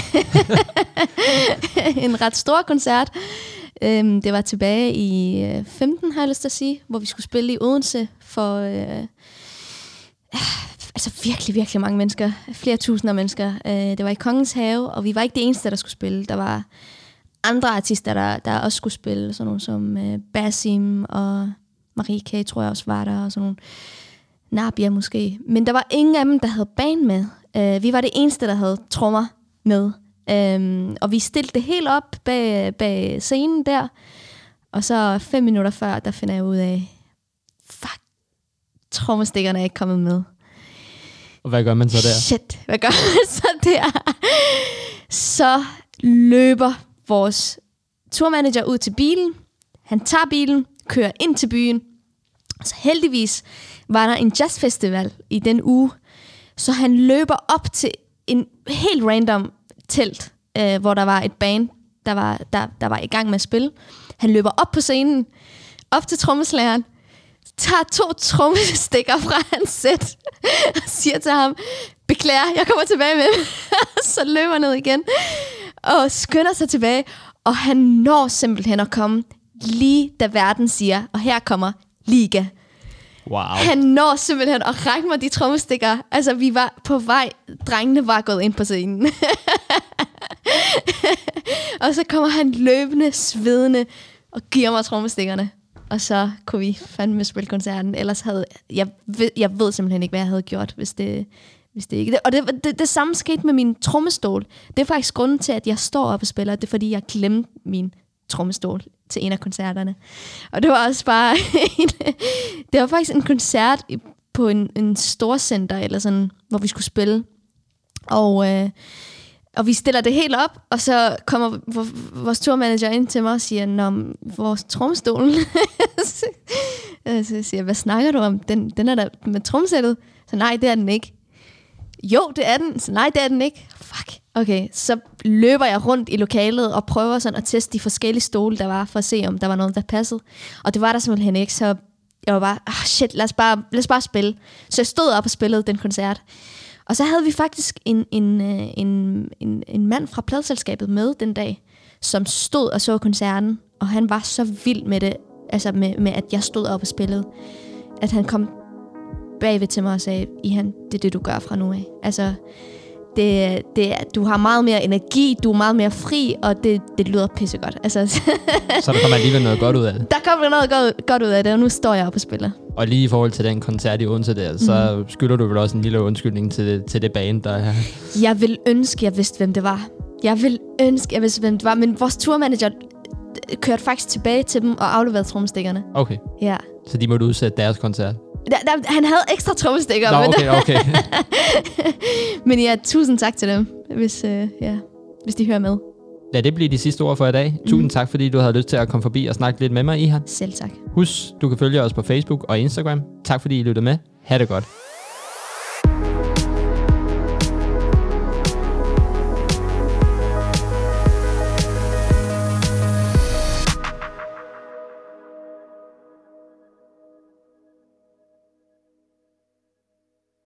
En ret stor koncert. Øhm, det var tilbage i øh, femten, har jeg lyst til at sige, hvor vi skulle spille i Odense for øh, altså virkelig, virkelig mange mennesker. Flere tusinder mennesker. Øh, det var i Kongens Have, og vi var ikke de eneste, der skulle spille. Der var andre artister, der, der også skulle spille. Sådan nogle som øh, Basim og Marie K., tror jeg også var der, og sådan nogle Nabia måske. Men der var ingen af dem, der havde band med. Øh, vi var det eneste, der havde trommer med. Um, og vi stillede det helt op bag, bag scenen der. Og så fem minutter før, der finder jeg ud af, fuck, trommestikkerne er ikke kommet med. Og hvad gør man så der? Shit, hvad gør man så der? Så løber vores turmanager ud til bilen. Han tager bilen, kører ind til byen. Så heldigvis var der en jazzfestival i den uge. Så han løber op til en helt random telt, øh, hvor der var et band, der var, der, der var i gang med at spille. Han løber op på scenen, op til trommeslageren, tager to trommestikker fra hans sæt, og siger til ham, beklager, jeg kommer tilbage med dem. Så løber ned igen, og skynder sig tilbage, og han når simpelthen at komme, lige da verden siger, og her kommer Liga. Wow. Han når simpelthen at række mig de trommestikker. Altså, vi var på vej. Drengene var gået ind på scenen. Og så kommer han løbende, svedende og giver mig trommestikkerne. Og så kunne vi fandme spille koncerten. Ellers havde... Jeg ved, jeg ved simpelthen ikke, hvad jeg havde gjort, hvis det, hvis det ikke... Og det, det, det samme skete med min trommestol. Det er faktisk grunden til, at jeg står op og spiller. Det er, fordi jeg glemte min trommestol til en af koncerterne. Og det var også bare en, det var faktisk en koncert på en, en storcenter eller sådan, hvor vi skulle spille. Og, øh, og vi stiller det helt op, og så kommer vores turmanager ind til mig og siger, nå, vores trommestolen. Så siger jeg, hvad snakker du om? Den, den er der med tromsættet. Så nej, det er den ikke. Jo, det er den. Så nej, det er den ikke. Fuck. Okay, så løber jeg rundt i lokalet og prøver sådan at teste de forskellige stole, der var, for at se, om der var noget, der passede. Og det var der simpelthen ikke, så jeg var bare, ah shit, lad os bare, lad os bare spille. Så jeg stod op og spillede den koncert. Og så havde vi faktisk en, en, en, en, en mand fra pladeselskabet med den dag, som stod og så koncerten, og han var så vild med det, altså med, med at jeg stod op og spillede, at han kom bagved til mig og sagde, Ihan, det er det, du gør fra nu af. Altså, det, det, du har meget mere energi, du er meget mere fri, og det, det lyder pissegodt. Altså, så der kommer alligevel noget godt ud af det? Der kommer noget godt, godt ud af det, og nu står jeg op og spiller. Og lige i forhold til den koncert i Odense der, mm. så skylder du vel også en lille undskyldning til det, til det band, der er. Jeg vil ønske, jeg vidste, hvem det var. Jeg vil ønske, jeg vidste, hvem det var, men vores turmanager kørte faktisk tilbage til dem og afleverede trommestikkerne. Okay. Ja. Så de måtte udsætte deres koncert? Der, der, han havde ekstra trommestikker. Nå, okay, okay. Men ja, tusind tak til dem, hvis, øh, ja, hvis de hører med. lad det blive de sidste ord for i dag. Mm. Tusind tak, fordi du havde lyst til at komme forbi og snakke lidt med mig, Ihan. Selv tak. Husk, du kan følge os på Facebook og Instagram. Tak fordi I lyttede med. Ha' det godt.